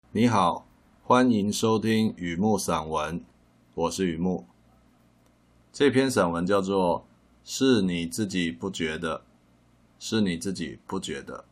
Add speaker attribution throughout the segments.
Speaker 1: 你好，欢迎收听雨木散文，我是雨木。这篇散文叫做是你自己不觉得，是你自己不觉得。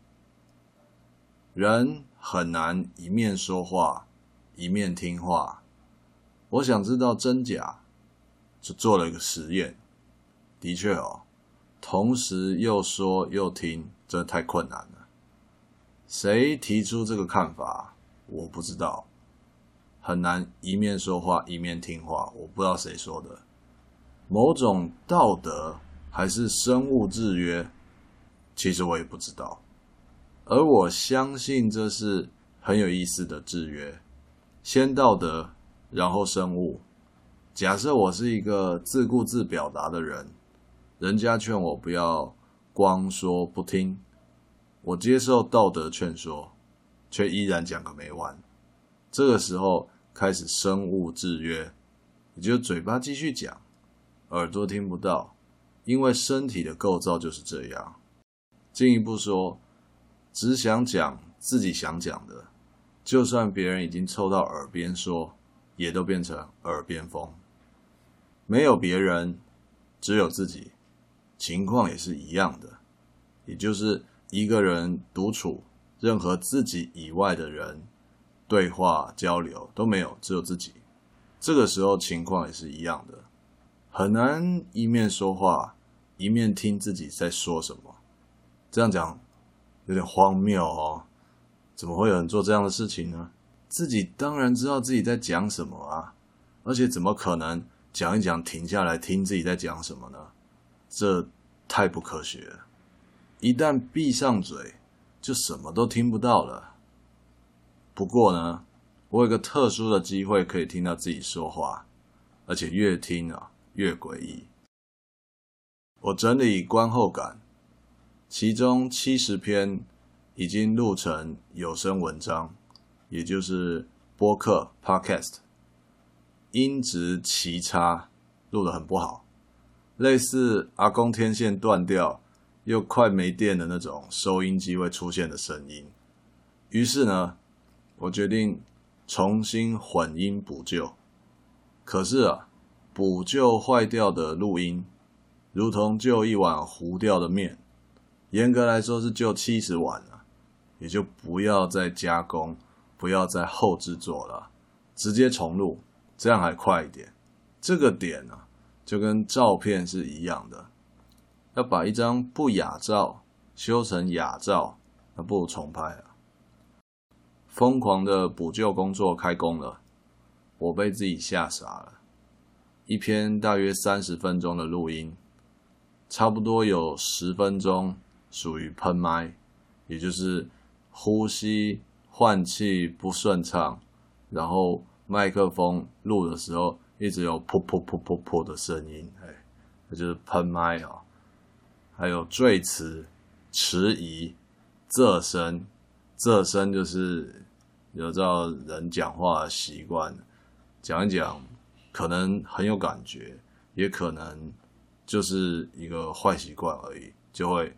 Speaker 1: 人很难一面说话，一面听话。我想知道真假，就做了一个实验。的确同时又说又听，这太困难了。谁提出这个看法？我不知道，很难一面说话一面听话，我不知道谁说的。某种道德还是生物制约，其实我也不知道。而我相信这是很有意思的制约，先道德，然后生物。假设我是一个自顾自表达的人，人家劝我不要光说不听，我接受道德劝说，却依然讲个没完。这个时候开始生物制约，也就是嘴巴继续讲，耳朵听不到，因为身体的构造就是这样。进一步说，只想讲自己想讲的，就算别人已经凑到耳边说，也都变成耳边风。没有别人，只有自己，情况也是一样的，也就是一个人独处，任何自己以外的人对话交流都没有，只有自己。这个时候情况也是一样的，很难一面说话一面听自己在说什么。这样讲有点荒谬怎么会有人做这样的事情呢？自己当然知道自己在讲什么啊，而且怎么可能讲一讲停下来听自己在讲什么呢？这太不科学了。一旦闭上嘴，就什么都听不到了。不过呢，我有个特殊的机会可以听到自己说话，而且越听越诡异。我整理观后感，其中70篇已经录成有声文章，也就是播客 podcast， 音质奇差，录得很不好，类似阿公天线断掉又快没电的那种收音机会出现的声音。于是呢，我决定重新混音补救。可是补救坏掉的录音，如同救一碗糊掉的面，严格来说是救70碗了，也就不要再加工，不要再后制作了，直接重录，这样还快一点。这个点就跟照片是一样的，要把一张不雅照修成雅照，那不如重拍啊。疯狂的补救工作开工了，我被自己吓傻了。一篇大约30分钟的录音，差不多有10分钟属于喷麦，也就是呼吸换气不顺畅，然后麦克风录的时候一直有噗噗噗噗噗的声音，这就是喷麦还有赘词、迟疑、仄声，仄声就是有照人讲话的习惯，讲一讲可能很有感觉，也可能就是一个坏习惯而已，就会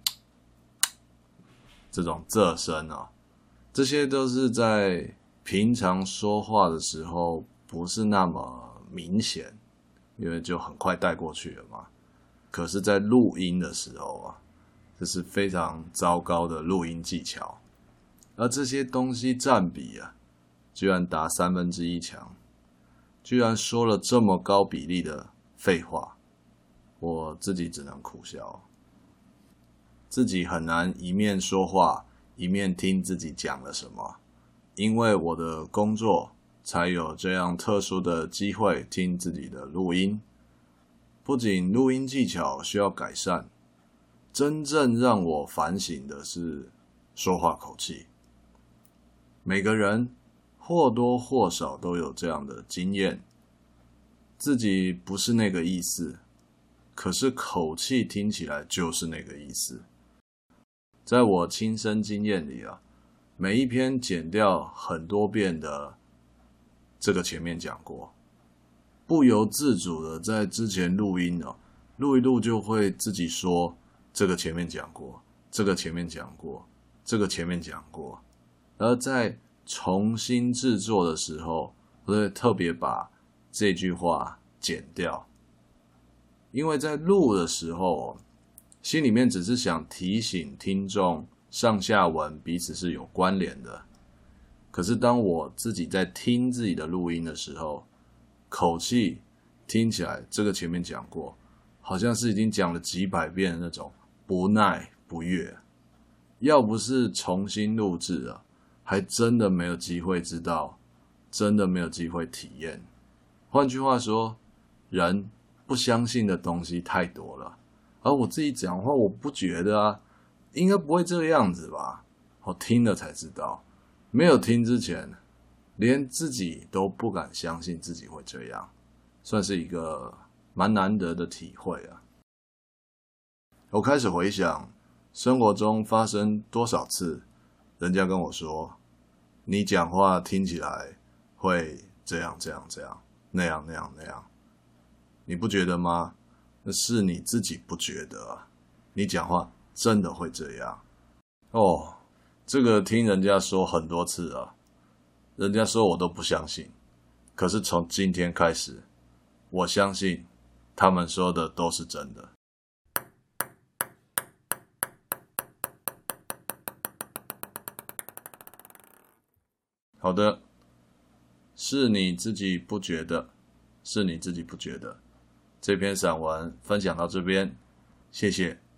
Speaker 1: 这种仄声这些都是在平常说话的时候不是那么明显，因为就很快带过去了嘛。可是在录音的时候这是非常糟糕的录音技巧，而这些东西占比居然达1/3强，居然说了这么高比例的废话，我自己只能苦笑。自己很难一面说话一面听自己讲了什么，因为我的工作才有这样特殊的机会听自己的录音。不仅录音技巧需要改善，真正让我反省的是说话口气。每个人或多或少都有这样的经验，自己不是那个意思，可是口气听起来就是那个意思。在我亲身经验里每一篇剪掉很多遍的这个前面讲过，不由自主的在之前录音录一录就会自己说这个前面讲过，这个前面讲过，这个前面讲过，而在重新制作的时候，我会特别把这句话剪掉，因为在录的时候，心里面只是想提醒听众上下文彼此是有关联的。可是当我自己在听自己的录音的时候，口气听起来，这个前面讲过，好像是已经讲了几百遍的那种不耐不悦。要不是重新录制啊，还真的没有机会知道，真的没有机会体验。换句话说，人不相信的东西太多了，而我自己讲话，我不觉得啊，应该不会这个样子吧？我听了才知道，没有听之前，连自己都不敢相信自己会这样，算是一个蛮难得的体会啊。我开始回想生活中发生多少次，人家跟我说，你讲话听起来会这样这样这样，那样那样那样，你不觉得吗？那是你自己不觉得啊，你讲话真的会这样哦。这个听人家说很多次啊，人家说我都不相信，可是从今天开始，我相信他们说的都是真的。好的，是你自己不觉得，是你自己不觉得。这篇散文分享到这边，谢谢。